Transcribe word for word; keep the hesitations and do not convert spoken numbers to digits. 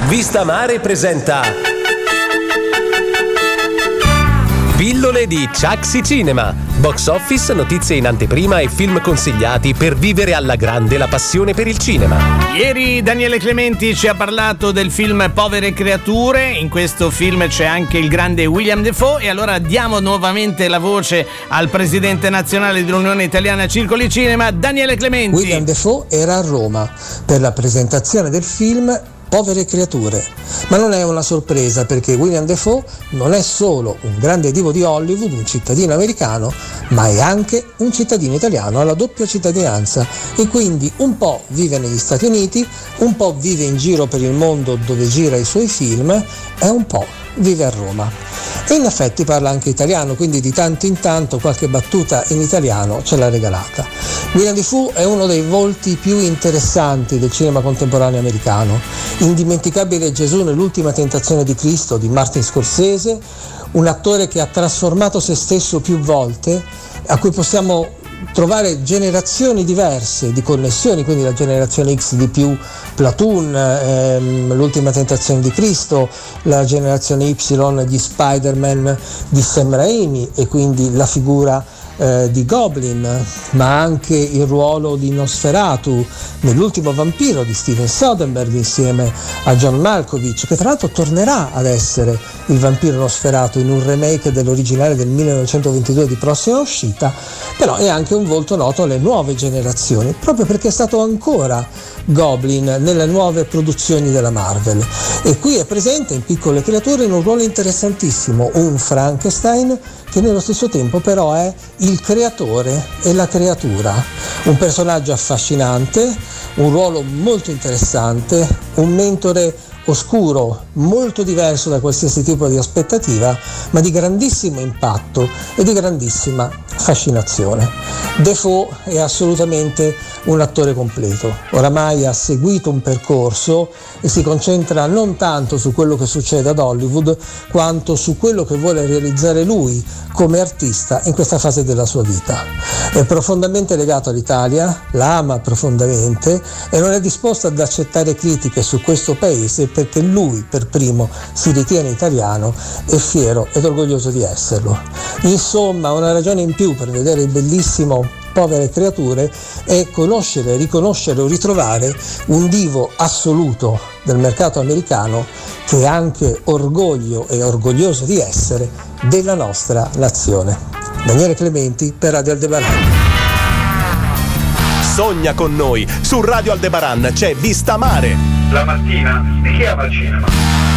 Vista Mare presenta Pillole di Ciaxi Cinema. Box office, notizie in anteprima e film consigliati per vivere alla grande la passione per il cinema. Ieri Daniele Clementi ci ha parlato del film Povere Creature. In questo film c'è anche il grande William Dafoe, e allora diamo nuovamente la voce al presidente nazionale dell'Unione Italiana Circoli Cinema, Daniele Clementi. William Dafoe era a Roma per la presentazione del film Povere Creature, ma non è una sorpresa, perché William Dafoe non è solo un grande divo di Hollywood, un cittadino americano, ma è anche un cittadino italiano, ha la doppia cittadinanza, e quindi un po' vive negli Stati Uniti, un po' vive in giro per il mondo dove gira i suoi film, e un po' vive a Roma. E in effetti parla anche italiano, quindi di tanto in tanto qualche battuta in italiano ce l'ha regalata. William Dafoe è uno dei volti più interessanti del cinema contemporaneo americano. Indimenticabile Gesù nell'Ultima Tentazione di Cristo di Martin Scorsese, un attore che ha trasformato se stesso più volte, a cui possiamo trovare generazioni diverse di connessioni, quindi la generazione X di più Platoon, ehm, l'Ultima Tentazione di Cristo, la generazione Y di Spider-Man di Sam Raimi, e quindi la figura eh, di Goblin, ma anche il ruolo di Nosferatu nell'Ultimo Vampiro di Steven Soderbergh insieme a John Malkovich, che tra l'altro tornerà ad essere il vampiro Nosferatu in un remake dell'originale del millenovecentoventidue di prossima uscita. Però è anche un volto noto alle nuove generazioni, proprio perché è stato ancora Goblin nelle nuove produzioni della Marvel, e qui è presente in Piccole Creature in un ruolo interessantissimo, un Frankenstein che nello stesso tempo però è il creatore e la creatura, un personaggio affascinante, un ruolo molto interessante, un mentore oscuro, molto diverso da qualsiasi tipo di aspettativa, ma di grandissimo impatto e di grandissima fascinazione. Dafoe è assolutamente un attore completo, oramai ha seguito un percorso e si concentra non tanto su quello che succede ad Hollywood, quanto su quello che vuole realizzare lui come artista in questa fase della sua vita. È profondamente legato all'Italia, la ama profondamente e non è disposto ad accettare critiche su questo paese, perché lui per primo si ritiene italiano e fiero ed orgoglioso di esserlo. Insomma, una ragione in più per vedere il bellissimo Povere Creature è conoscere, riconoscere o ritrovare un divo assoluto del mercato americano che è anche orgoglio e orgoglioso di essere della nostra nazione. Daniele Clementi per Radio Aldebaran. Sogna con noi, su Radio Aldebaran c'è Vista Mare. La mattina si chiama cinema.